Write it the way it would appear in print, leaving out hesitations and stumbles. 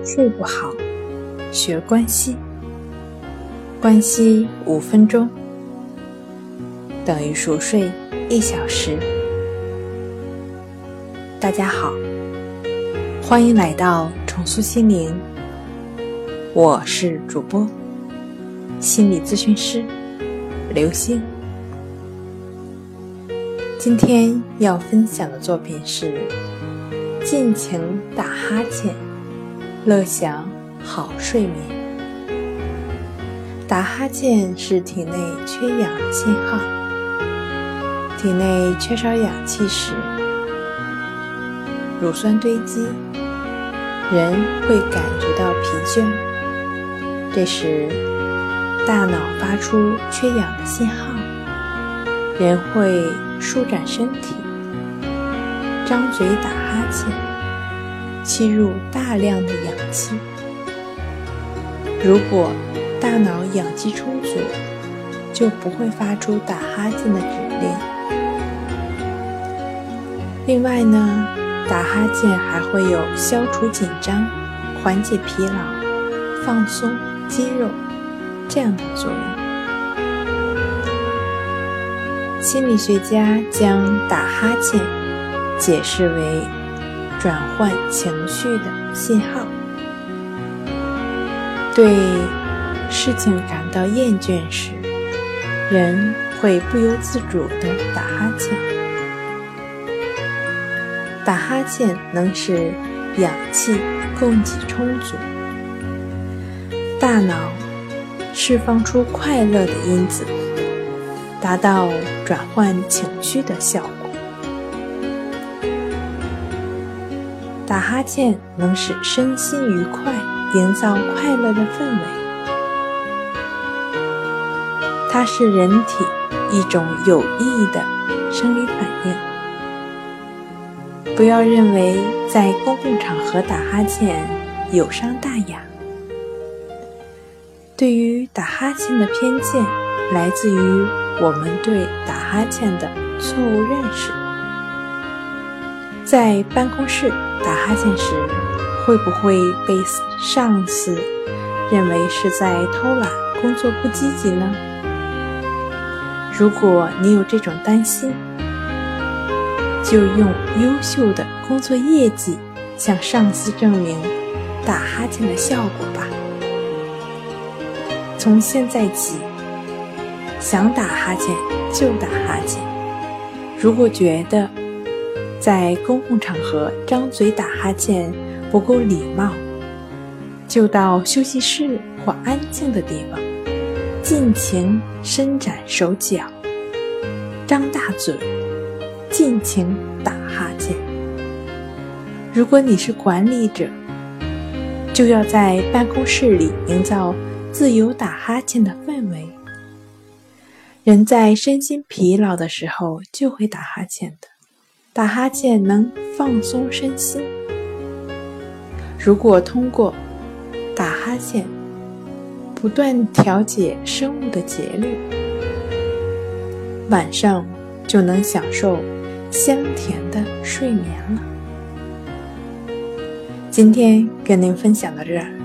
睡不好，学关息。关息5分钟等于熟睡1小时。大家好，欢迎来到重塑心灵，我是主播心理咨询师刘星。今天要分享的作品是尽情打哈欠，乐享好睡眠。打哈欠是体内缺氧的信号，体内缺少氧气时，乳酸堆积，人会感觉到疲倦。这时大脑发出缺氧的信号，人会舒展身体，张嘴打哈欠，吸入大量的氧气。如果大脑氧气充足，就不会发出打哈欠的指令。另外呢，打哈欠还会有消除紧张、缓解疲劳、放松肌肉这样的作用。心理学家将打哈欠解释为转换情绪的信号。对事情感到厌倦时，人会不由自主地打哈欠。打哈欠能使氧气供给充足，大脑释放出快乐的因子，达到转换情绪的效果。打哈欠能使身心愉快，营造快乐的氛围。它是人体一种有意义的生理反应。不要认为在公共场合打哈欠有伤大雅。对于打哈欠的偏见，来自于我们对打哈欠的错误认识。在办公室打哈欠时，会不会被上司认为是在偷懒，工作不积极呢？如果你有这种担心，就用优秀的工作业绩向上司证明打哈欠的效果吧。从现在起，想打哈欠就打哈欠。如果觉得在公共场合张嘴打哈欠不够礼貌，就到休息室或安静的地方，尽情伸展手脚，张大嘴，尽情打哈欠。如果你是管理者，就要在办公室里营造自由打哈欠的氛围。人在身心疲劳的时候就会打哈欠的，打哈欠能放松身心。如果通过打哈欠不断调节生物的节律，晚上就能享受香甜的睡眠了。今天跟您分享到这儿，